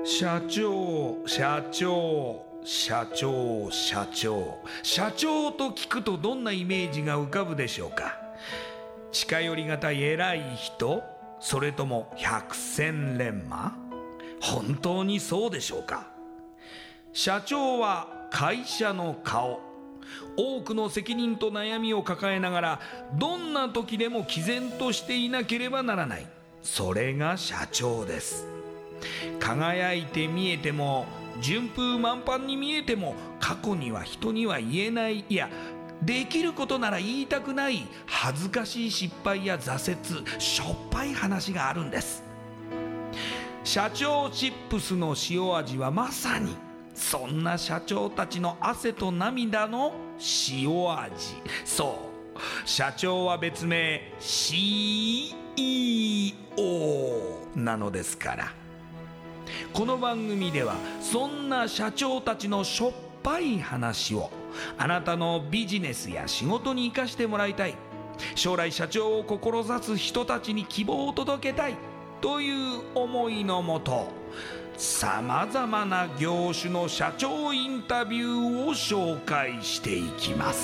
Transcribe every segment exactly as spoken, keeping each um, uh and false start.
社長社長社長社長社長と聞くとどんなイメージが浮かぶでしょうか。近寄りがたい偉い人、それとも百戦錬磨。本当にそうでしょうか。社長は会社の顔、多くの責任と悩みを抱えながらどんな時でも毅然としていなければならない、それが社長です。輝いて見えても順風満帆に見えても、過去には人には言えない、いやできることなら言いたくない恥ずかしい失敗や挫折、しょっぱい話があるんです。社長チップスの塩味はまさにそんな社長たちの汗と涙の塩味。そう社長は別名 シーイーオー なのですから。この番組ではそんな社長たちのしょっぱい話をあなたのビジネスや仕事に生かしてもらいたい、将来社長を志す人たちに希望を届けたいという思いのもと、さまざまな業種の社長インタビューを紹介していきます。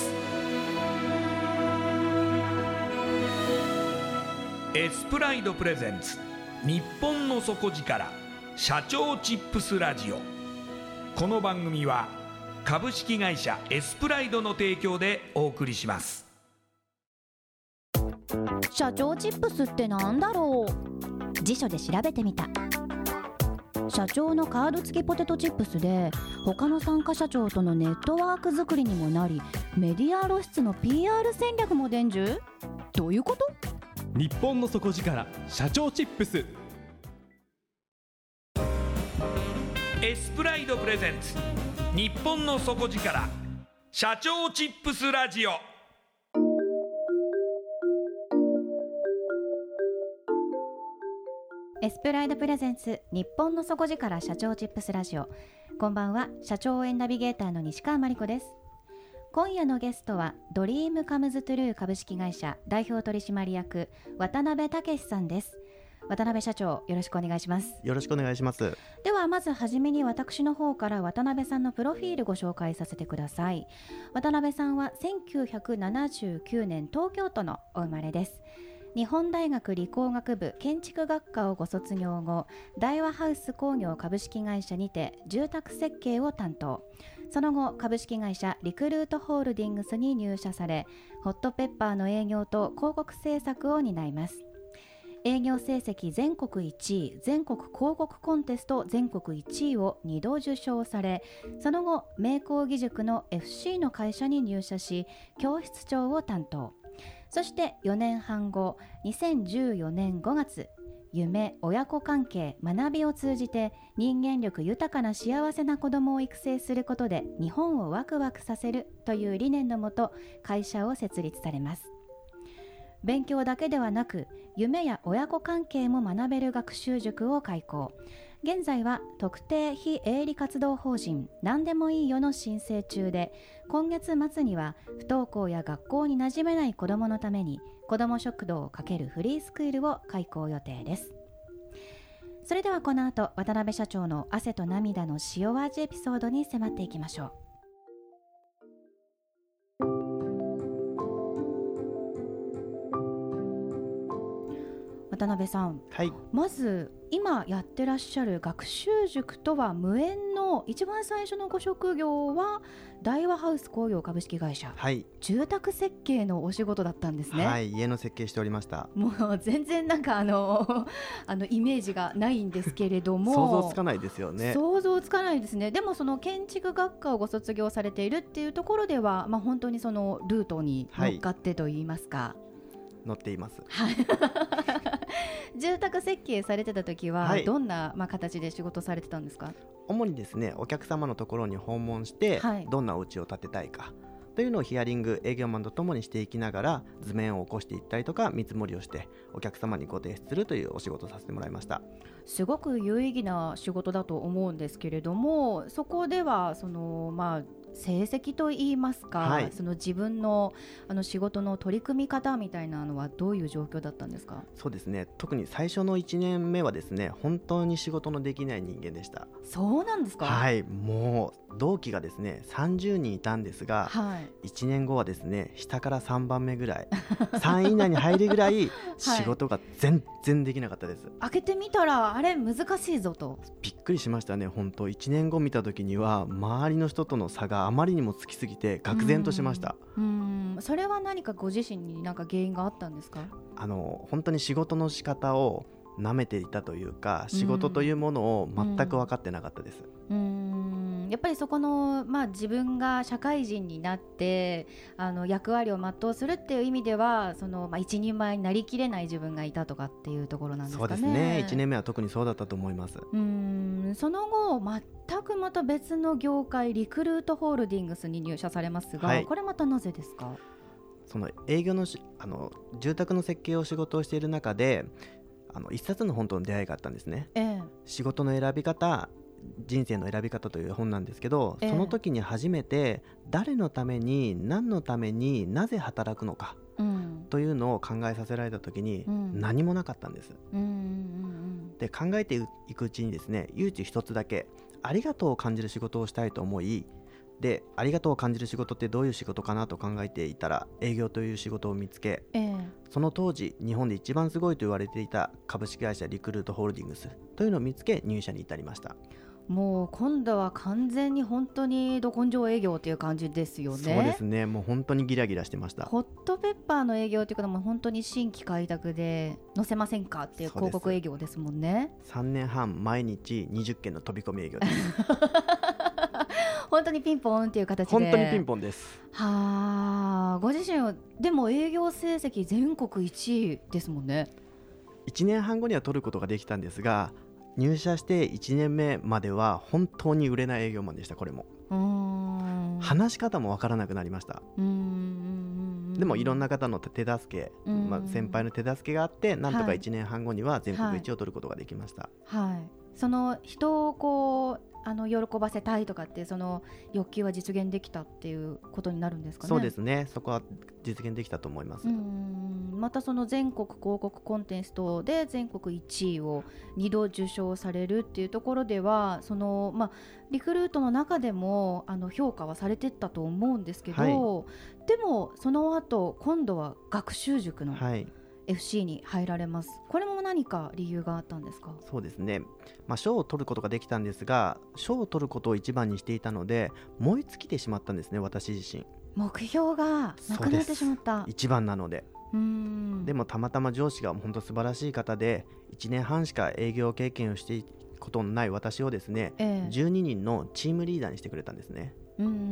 エスプライドプレゼンツ日本の底力社長チップスラジオ。この番組は株式会社エスプライドの提供でお送りします。 社長チップスってなんだろう。辞書で調べてみた。社長のカード付きポテトチップスで、他の参加社長とのネットワーク作りにもなり、メディア露出の ピーアール 戦略も伝授。どういうこと？ 日本の底力社長チップス。 エスプライドプレゼンツ日本の底力社長チップスラジオ。 エスプライドプレゼンツ日本の底力社長チップスラジオ。こんばんは、社長応援ナビゲーターの西川真理子です。今夜のゲストはドリームカムズトゥルー株式会社代表取締役渡辺武さんです。渡辺社長、よろしくお願いします。 よろしくお願いします。 ではまずはじめに私の方から渡辺さんのプロフィールご紹介させてください。渡辺さんはせんきゅうひゃくななじゅうきゅうねん東京都のお生まれです。日本大学理工学部建築学科をご卒業後、大和ハウス工業株式会社にて住宅設計を担当。その後株式会社リクルートホールディングスに入社され、ホットペッパーの営業と広告制作を担います。営業成績全国いちい、全国広告コンテスト全国いちいをにど受賞され、その後名工義塾の エフシー の会社に入社し、教室長を担当。そしてよねんはんご、にせんじゅうよねんごがつ、夢、親子関係、学びを通じて人間力豊かな幸せな子どもを育成することで日本をワクワクさせるという理念のもと会社を設立されます。勉強だけではなく、夢や親子関係も学べる学習塾を開講。現在は特定非営利活動法人なんでもいいよの申請中で、今月末には不登校や学校に馴染めない子どものために子ども食堂をかけるフリースクールを開講予定です。それではこの後、渡辺社長の汗と涙の塩味エピソードに迫っていきましょう。渡辺さん、 はい、 まず今やってらっしゃる学習塾とは無縁の一番最初のご職業は大和ハウス工業株式会社、 はい、 住宅設計のお仕事だったんですね。 はい、家の設計しておりました。 もう全然なんかあのあのイメージがないんですけれども想像つかないですよね。 想像つかないですね。でもその建築学科をご卒業されているっていうところでは、まあ、本当にそのルートに乗っかってといいますか、はい、 乗っています。 はい住宅設計されてた時は、はい、どんな、まあ、形で仕事されてたんですか？ 主にですね、お客様のところに訪問して、はい、どんなお家を建てたいかというのをヒアリング、営業マンとともにしていきながら図面を起こしていったりとか、見積もりをしてお客様にご提出するというお仕事をさせてもらいました。 すごく有意義な仕事だと思うんですけれども、そこではその、まあ、 成績といいますか、はい、その自分の、あの仕事の取り組み方みたいなのはどういう状況だったんですか？ そうですね、特に最初のいちねんめはですね、本当に仕事のできない人間でした。 そうなんですか？ はい、もう同期がですねさんじゅうにんいたんですが、はい、いちねんごはですね下からさんばんめぐらいさんい以内に入るぐらい仕事が全然できなかったです、はい、 開けてみたらあれ難しいぞと。 びっくりしましたね。本当いちねんご見た時には周りの人との差があまりにもつきすぎて愕然としました。 うーん、それは何かご自身に何か原因があったんですか？ あの本当に仕事の仕方を舐めていたというか、仕事というものを全く分かってなかったです。 うーん、やっぱりそこの、まあ、自分が社会人になってあの役割を全うするっていう意味ではその、まあ、一人前になりきれない自分がいたとかっていうところなんですかね。 そうですね、いちねんめは特にそうだったと思います。 うーん、その後全くまた別の業界リクルートホールディングスに入社されますが、はい、これまたなぜですか？ その営業のしあの住宅の設計を仕事をしている中であの一冊の本との出会いがあったんですね、ええ、仕事の選び方、人生の選び方という本なんですけど、ええ、その時に初めて誰のために何のためになぜ働くのか、うん、というのを考えさせられた時に、うん、何もなかったんです、うんうんうん、で考えていくうちにですね、唯一一つだけありがとうを感じる仕事をしたいと思い、でありがとうを感じる仕事ってどういう仕事かなと考えていたら営業という仕事を見つけ、ええ、その当時日本で一番すごいと言われていた株式会社リクルートホールディングスというのを見つけ入社に至りました。 もう今度は完全に本当にど根性営業という感じですよね。 そうですね、もう本当にギラギラしてました。 ホットペッパーの営業ということも本当に新規開拓で載せませんかっていう広告営業ですもんね。 さんねんはん毎日にじゅっけんの飛び込み営業です本当にピンポンっていう形で。 本当にピンポンです。 はあ、ご自身はでも営業成績全国いちいですもんね。 いちねんはんごには取ることができたんですが、入社していちねんめまでは本当に売れない営業マンでした。これもうーん、話し方もわからなくなりました。うーん、でもいろんな方の手助け、まあ、先輩の手助けがあってなんとかいちねんはんごには全国一を取ることができました、 はいはい、その人をこうあの喜ばせたいとかってその欲求は実現できたっていうことになるんですかね。 そうですね、そこは実現できたと思います。 うーん、またその全国広告コンテストで全国いちいをにど受賞されるっていうところではその、まあ、リクルートの中でもあの評価はされてったと思うんですけど、はい、でもその後今度は学習塾の、はい、エフシー に入られます。これも何か理由があったんですか？ そうですね、まあ、賞を取ることができたんですが、賞を取ることを一番にしていたので燃え尽きてしまったんですね、私自身。 目標がなくなってしまった。 一番なので。うーん、でもたまたま上司が本当素晴らしい方でいちねんはんしか営業経験をしていくことのない私をですね、ええ、じゅうににんのチームリーダーにしてくれたんですね。うんうんうん、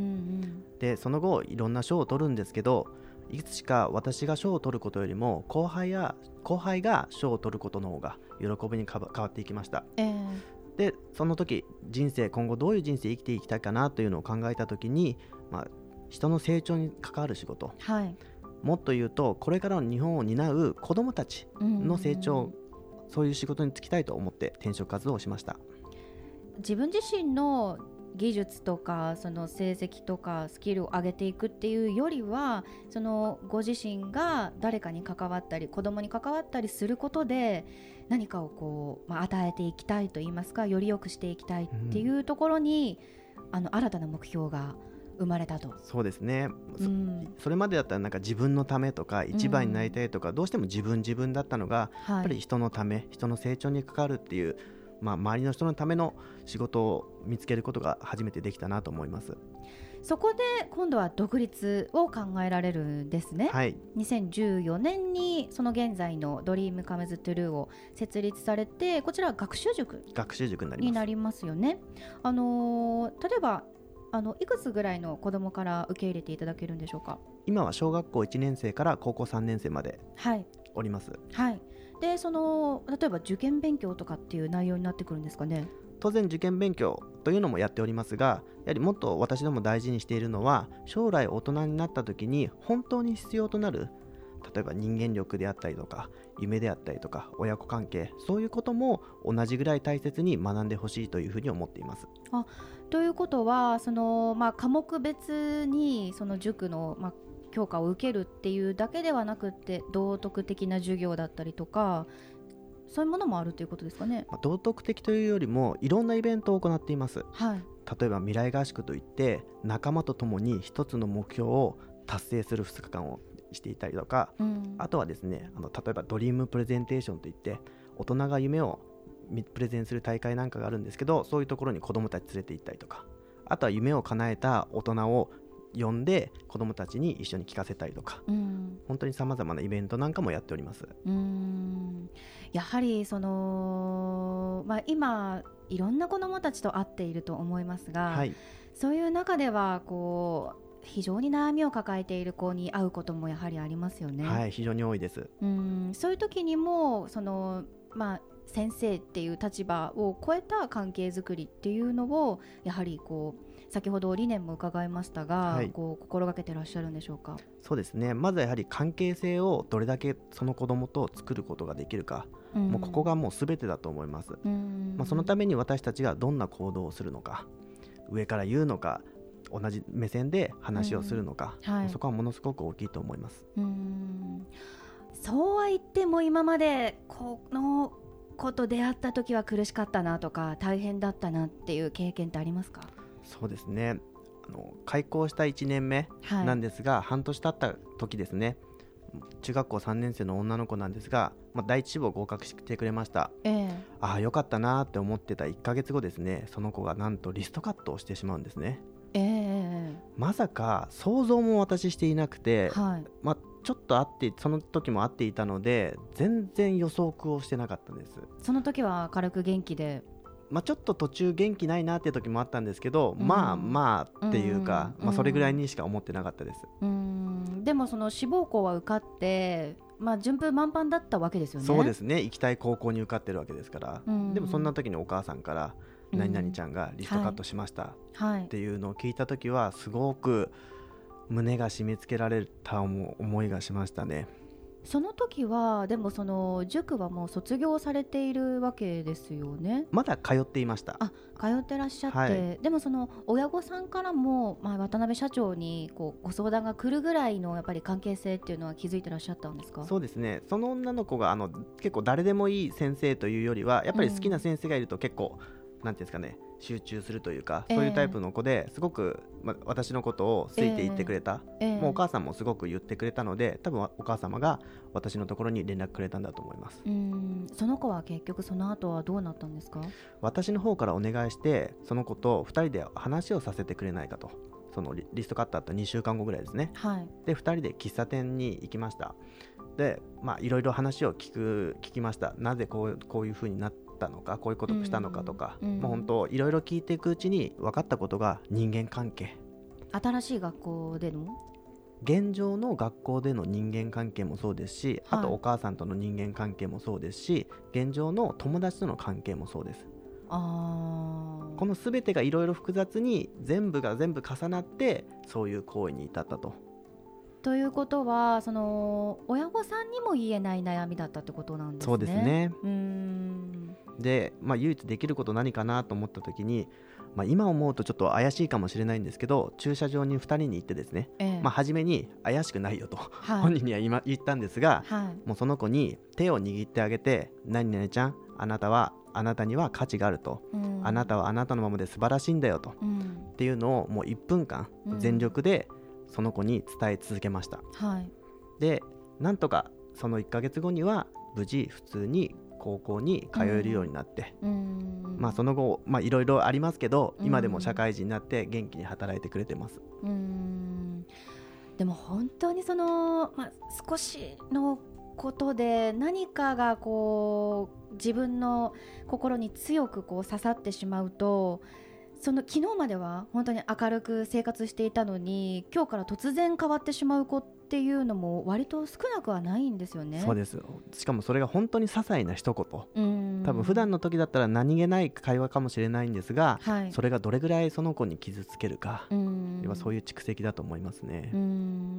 でその後いろんな賞を取るんですけど、いつしか私が賞を取ることよりも後輩や後輩が賞を取ることの方が喜びに変わっていきました、えー、でその時人生今後どういう人生生きていきたいかなというのを考えた時に、まあ、人の成長に関わる仕事、はい、もっと言うとこれからの日本を担う子どもたちの成長、うんうん、そういう仕事に就きたいと思って転職活動をしました。 自分自身の技術とかその成績とかスキルを上げていくっていうよりはそのご自身が誰かに関わったり子供に関わったりすることで何かをこう、まあ、与えていきたいといいますかより良くしていきたいっていうところに、うん、あの新たな目標が生まれたと。 そうですね、うん、そ, それまでだったらなんか自分のためとか一番になりたいとか、うん、どうしても自分自分だったのが、はい、やっぱり人のため人の成長に関わるっていうまあ、周りの人のための仕事を見つけることが初めてできたなと思います。 そこで今度は独立を考えられるんですね、はい、にせんじゅうよねんにその現在のドリームカムズトゥルーを設立されて、こちらは学習塾学習塾になります。 になりますよね。あのー、例えばあのいくつぐらいの子どもから受け入れていただけるんでしょうか？ 今は小学校いちねんせいから高校さんねんせいまでおります、 はいはい、でその例えば受験勉強とかっていう内容になってくるんですかね？ 当然受験勉強というのもやっておりますが、やはりもっと私ども大事にしているのは将来大人になった時に本当に必要となる例えば人間力であったりとか夢であったりとか親子関係、そういうことも同じぐらい大切に学んでほしいというふうに思っています。 あ、ということはその、まあ、科目別にその塾の、まあ、教科を受けるっていうだけではなくて道徳的な授業だったりとかそういうものもあるということですかね。 まあ、道徳的というよりもいろんなイベントを行っています、 はい、 例えば未来合宿といって仲間と共に一つの目標を達成するふつかかんをしていたりとか、うん、あとはですねあの例えばドリームプレゼンテーションといって大人が夢をプレゼンする大会なんかがあるんですけど、そういうところに子どもたち連れて行ったりとか、あとは夢を叶えた大人を呼んで子どもたちに一緒に聞かせたりとか、うん、本当にさまざまなイベントなんかもやっております。 うーん、やはりその、まあ、今いろんな子どもたちと会っていると思いますが、はい、そういう中ではこう非常に悩みを抱えている子に会うこともやはりありますよね。 はい、非常に多いです。 うん、そういう時にもその、まあ、先生っていう立場を超えた関係づくりっていうのをやはりこう先ほど理念も伺いましたが、はい、こう心がけてらっしゃるんでしょうか。 そうですね、まずはやはり関係性をどれだけその子どもと作ることができるか、うん、もうここがもう全てだと思います、うんまあ、そのために私たちがどんな行動をするのか、上から言うのか同じ目線で話をするのか、うんはい、そこはものすごく大きいと思います。 うーん、そうは言っても今までこのこと出会った時は苦しかったなとか大変だったなっていう経験ってありますか？ そうですね、あの開校したいちねんめなんですが、はい、半年経った時ですね、中学校さんねん生の女の子なんですが、まあ、第一志望合格してくれました、えー、ああよかったなって思ってたいっかげつごですね、その子がなんとリストカットをしてしまうんですね。えー、まさか想像も私していなくて、はいまあ、ちょっと会ってその時も会っていたので全然予測をしてなかったんです。 その時は軽く元気で、 まあ、ちょっと途中元気ないなっていう時もあったんですけど、うん、まあまあっていうか、うんまあ、それぐらいにしか思ってなかったです、 うん、でもその志望校は受かって、まあ、順風満帆だったわけですよね。 そうですね、行きたい高校に受かってるわけですから、うん、でもそんな時にお母さんから何々ちゃんがリストカットしました、うんはい、っていうのを聞いた時はすごく胸が締め付けられた思いがしましたね。 その時はでもその塾はもう卒業されているわけですよね。 まだ通っていました。 あ、通ってらっしゃって、はい、でもその親御さんからも、まあ、渡辺社長にこうご相談が来るぐらいのやっぱり関係性っていうのは気づいてらっしゃったんですか？ そうですね、その女の子があの結構誰でもいい先生というよりはやっぱり好きな先生がいると結構、うん、なんていうんですかね、集中するというか、そういうタイプの子で、すごく、ま、私のことを好いて言ってくれた、えーえー、もうお母さんもすごく言ってくれたので、多分お母様が私のところに連絡くれたんだと思います。 うーん、その子は結局その後はどうなったんですか？ 私の方からお願いしてその子とふたりで話をさせてくれないかと、その リ, リストカットあったにしゅうかんごぐらいですね、はい、でふたりで喫茶店に行きました。で、まあ、いろいろ話を聞く聞きました。なぜこう、こういう風になってたのか、こういうことをしたのかとか、うんうん、もう本当いろいろ聞いていくうちに分かったことが人間関係、 新しい学校での現状の学校での人間関係もそうですし、はい、あとお母さんとの人間関係もそうですし、現状の友達との関係もそうです。あ、この全てがいろいろ複雑に全部が全部重なってそういう行為に至ったと。 ということはその親御さんにも言えない悩みだったってことなんですね。 そうですね。うーんで、まあ、唯一できること何かなと思った時に、まあ、今思うとちょっと怪しいかもしれないんですけど、駐車場にふたりに行ってですね、ええまあ、初めに怪しくないよと、はい、本人には今言ったんですが、はい、もうその子に手を握ってあげて、何々ちゃん、あなたはあなたには価値があると、うん、あなたはあなたのままで素晴らしいんだよと、うん、っていうのをもういっぷんかん全力でその子に伝え続けました、うんはい、でなんとかそのいっかげつごには無事普通に高校に通えるようになって、うんまあ、その後いろいろありますけど、今でも社会人になって元気に働いてくれてます。 うん、でも本当にその、まあ、少しのことで何かがこう自分の心に強くこう刺さってしまうと、その昨日までは本当に明るく生活していたのに今日から突然変わってしまう子っていうのも割と少なくはないんですよね。 そうです。しかもそれが本当に些細な一言多分普段の時だったら何気ない会話かもしれないんですが、 はい、 それがどれぐらいその子に傷つけるか、要はそういう蓄積だと思いますね。 うん、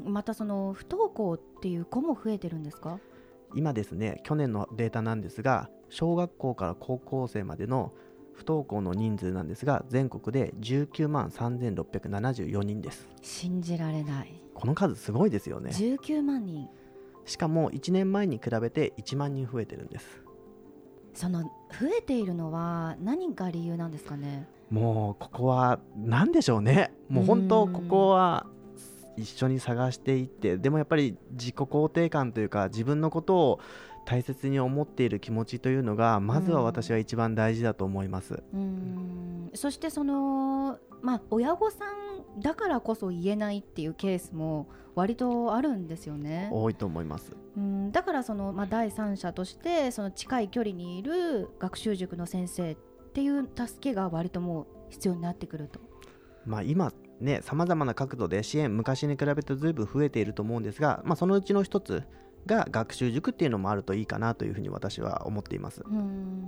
またその不登校っていう子も増えてるんですか？ 今ですね、去年のデータなんですが、小学校から高校生までの不登校の人数なんですが、全国でじゅうきゅうまんさんぜんろっぴゃくななじゅうよにんです。 信じられない。 この数すごいですよね。 じゅうきゅうまんにん。 しかもいちねんまえに比べていちまんにん増えてるんです。 その増えているのは何が理由なんですかね？ もうここは何でしょうね。もう本当ここは一緒に探していって、でもやっぱり自己肯定感というか、自分のことを大切に思っている気持ちというのがまずは私は一番大事だと思います。 うーん、そしてその、まあ、親御さんだからこそ言えないっていうケースも割とあるんですよね。 多いと思います。 うん、だからその、まあ、第三者としてその近い距離にいる学習塾の先生っていう助けが割ともう必要になってくると。 まあ、今ね、さまざまな角度で支援、昔に比べてずいぶん増えていると思うんですが、まあ、そのうちの一つが学習塾っていうのもあるといいかなというふうに私は思っています。 うん、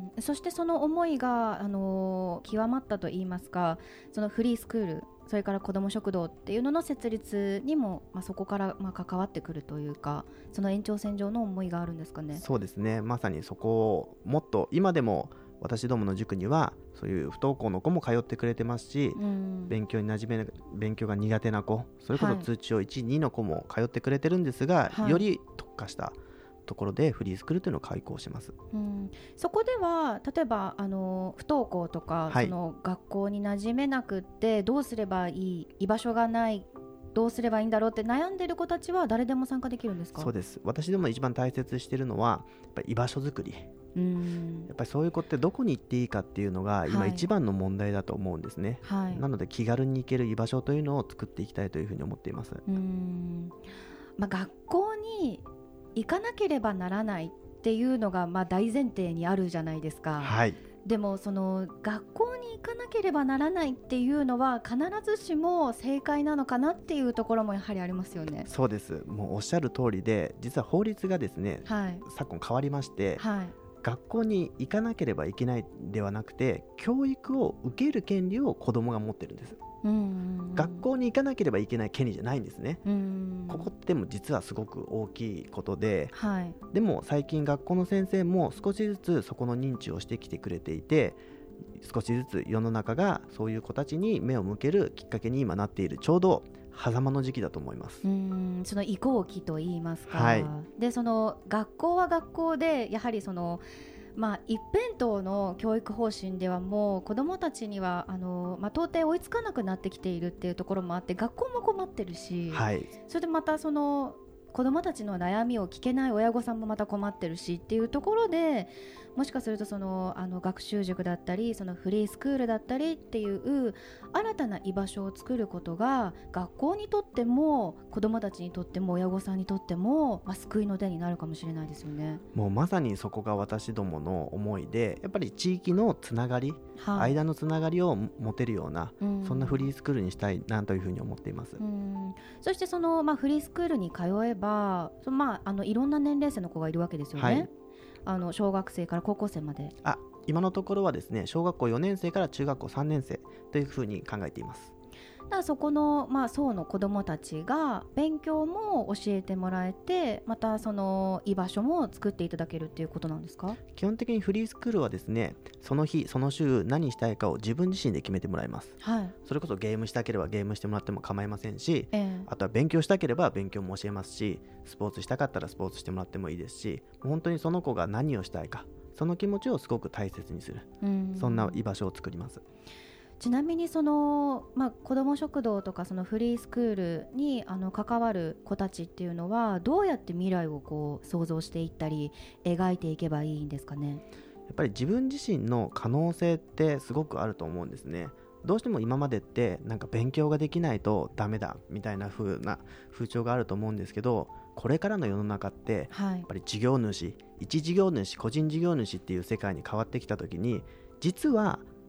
そしてその思いが、あのー、極まったといいますか、そのフリースクール、それから子ども食堂っていうのの設立にも、まあ、そこからまあ関わってくるというか、その延長線上の思いがあるんですかね。 そうですね、まさにそこをもっと今でも私どもの塾にはそういう不登校の子も通ってくれてますし、うん、勉強に馴染め勉強が苦手な子、それこそ通知表いち、にの子も通ってくれてるんですが、はい、より特化したところでフリースクールというのを開講します。 うん、そこでは例えばあの不登校とか、はい、その学校に馴染めなくってどうすればいい、居場所がない、どうすればいいんだろうって悩んでる子たちは誰でも参加できるんですか？ そうです。私ども一番大切にしているのはやっぱり居場所づくり。うん、やっぱりそういう子ってどこに行っていいかっていうのが今一番の問題だと思うんですね、はい、なので気軽に行ける居場所というのを作っていきたいというふうに思っています。 うん、まあ、学校に行かなければならないっていうのがまあ大前提にあるじゃないですか、 はい、 でもその学校に行かなければならないっていうのは必ずしも正解なのかなっていうところもやはりありますよね。 そうです。もうおっしゃる通りで、実は法律がですね、はい、昨今変わりまして、はい、学校に行かなければいけないではなくて、教育を受ける権利を子どもが持ってるんです。うん、学校に行かなければいけない権利じゃないんですね。うん、ここっても実はすごく大きいことで、はい、でも最近学校の先生も少しずつそこの認知をしてきてくれていて、少しずつ世の中がそういう子たちに目を向けるきっかけに今なっている、ちょうど狭間の時期だと思います。 うーん、その移行期といいますか、はい、でその学校は学校でやはりそのまあ、一辺倒の教育方針ではもう子どもたちにはあの、まあ、到底追いつかなくなってきているっていうところもあって、学校も困ってるし、はい、それでまたその子どもたちの悩みを聞けない親御さんもまた困ってるしっていうところで、もしかするとそのあの学習塾だったりそのフリースクールだったりっていう新たな居場所を作ることが学校にとっても子どもたちにとっても親御さんにとっても、まあ、救いの手になるかもしれないですよね。 もうまさにそこが私どもの思いで、やっぱり地域のつながり、はい、間のつながりを持てるような、うん、そんなフリースクールにしたいなというふうに思っています。 うん、そしてその、まあ、フリースクールに通えばその、まあ、あのいろんな年齢層の子がいるわけですよね、はい、あの小学生から高校生まで。 あ、今のところはですね、小学校よねん生から中学校さんねん生というふうに考えています。 だからそこの、まあ、層の子どもたちが勉強も教えてもらえて、またその居場所も作っていただけるっていうことなんですか？ 基本的にフリースクールはですね、その日その週何したいかを自分自身で決めてもらいます、はい、それこそゲームしたければゲームしてもらっても構いませんし、えー、あとは勉強したければ勉強も教えますし、スポーツしたかったらスポーツしてもらってもいいですし、本当にその子が何をしたいか、その気持ちをすごく大切にする、うん、そんな居場所を作ります。 ちなみにその、まあ、子ども食堂とかそのフリースクールにあの関わる子たちっていうのはどうやって未来をこう想像していったり描いていけばいいんですかね？ やっぱり自分自身の可能性ってすごくあると思うんですね。どうしても今までってなんか勉強ができないとダメだみたいな風な風潮があると思うんですけど、これからの世の中ってやっぱり事業主、一事業主、個人事業主っていう世界に変わってきた時に、実は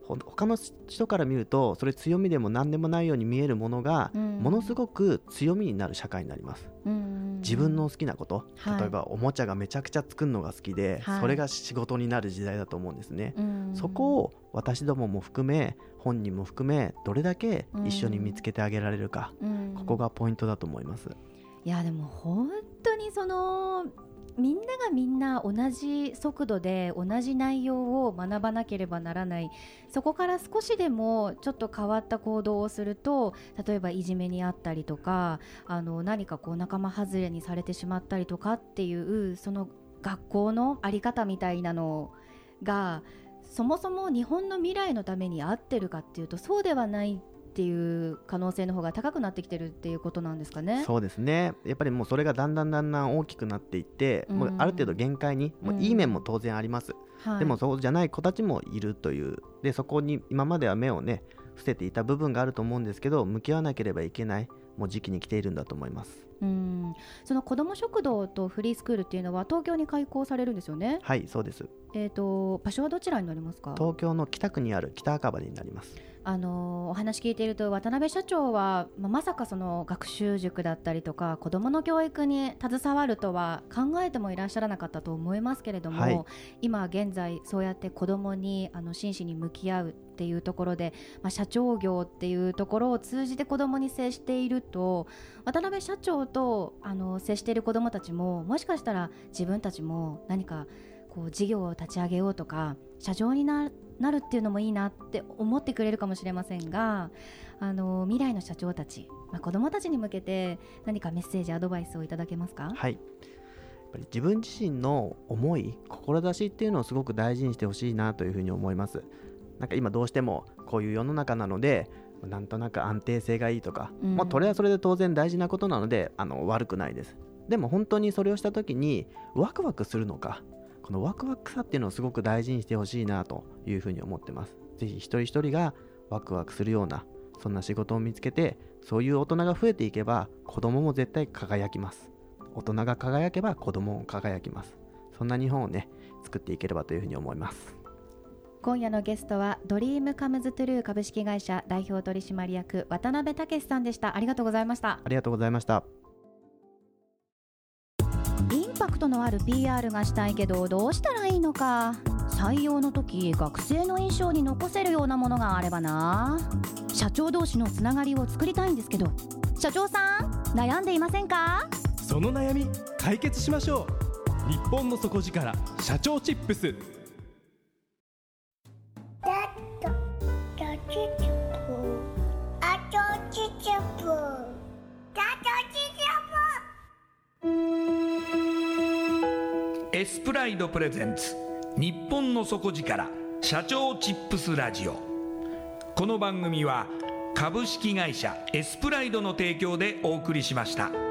他の人から見るとそれ強みでも何でもないように見えるものが、うん、ものすごく強みになる社会になります、うん、自分の好きなこと、はい、例えばおもちゃがめちゃくちゃ作るのが好きで、はい、それが仕事になる時代だと思うんですね、うん、そこを私どもも含め本人も含めどれだけ一緒に見つけてあげられるか、うん、ここがポイントだと思います。 いやでも本当にそのみんながみんな同じ速度で同じ内容を学ばなければならない。そこから少しでもちょっと変わった行動をすると、例えばいじめにあったりとか、あの何かこう仲間外れにされてしまったりとかっていうその学校のあり方みたいなのがそもそも日本の未来のために合ってるかっていうとそうではないっていう可能性の方が高くなってきてるっていうことなんですかね。 そうですね。やっぱりもうそれがだんだんだんだん大きくなっていって、うん、もうある程度限界に、もういい面も当然あります、うん、でもそうじゃない子たちもいるというで、そこに今までは目をね伏せていた部分があると思うんですけど、向き合わなければいけないもう時期に来ているんだと思います。 うん、その子ども食堂とフリースクールっていうのは東京に開校されるんですよね。 はい、そうです。 えーと、場所はどちらになりますか？ 東京の北区にある北赤羽になります。 あのー、お話聞いていると渡辺社長は、まあ、まさかその学習塾だったりとか子どもの教育に携わるとは考えてもいらっしゃらなかったと思いますけれども、はい、今現在そうやって子どもにあの真摯に向き合うっていうところで、まあ、社長業っていうところを通じて子どもに接していると、渡辺社長とあの接している子どもたちももしかしたら自分たちも何かこう事業を立ち上げようとか社長になるなるっていうのもいいなって思ってくれるかもしれませんが、あの未来の社長たち、まあ、子どもたちに向けて何かメッセージアドバイスをいただけますか？ はい、やっぱり自分自身の思い志っていうのをすごく大事にしてほしいなというふうに思います。なんか今どうしてもこういう世の中なのでなんとなく安定性がいいとか、うん、まあ、それはそれで当然大事なことなのであの悪くないです。でも本当にそれをした時にワクワクするのか、このワクワクさっていうのをすごく大事にしてほしいなというふうに思ってます。ぜひ一人一人がワクワクするようなそんな仕事を見つけて、そういう大人が増えていけば子供も絶対輝きます。大人が輝けば子供も輝きます。そんな日本をね作っていければというふうに思います。 今夜のゲストはドリームカムズトゥルー株式会社代表取締役渡辺武さんでした。ありがとうございました。 ありがとうございました。 インパクトのある ピーアール がしたいけどどうしたらいいのか。採用の時学生の印象に残せるようなものがあればな。社長同士のつながりを作りたいんですけど、社長さん悩んでいませんか？ その悩み解決しましょう。日本の底力社長チップス。 エスプライドプレゼンツ日本の底力社長チップスラジオ。この番組は株式会社エスプライドの提供でお送りしました。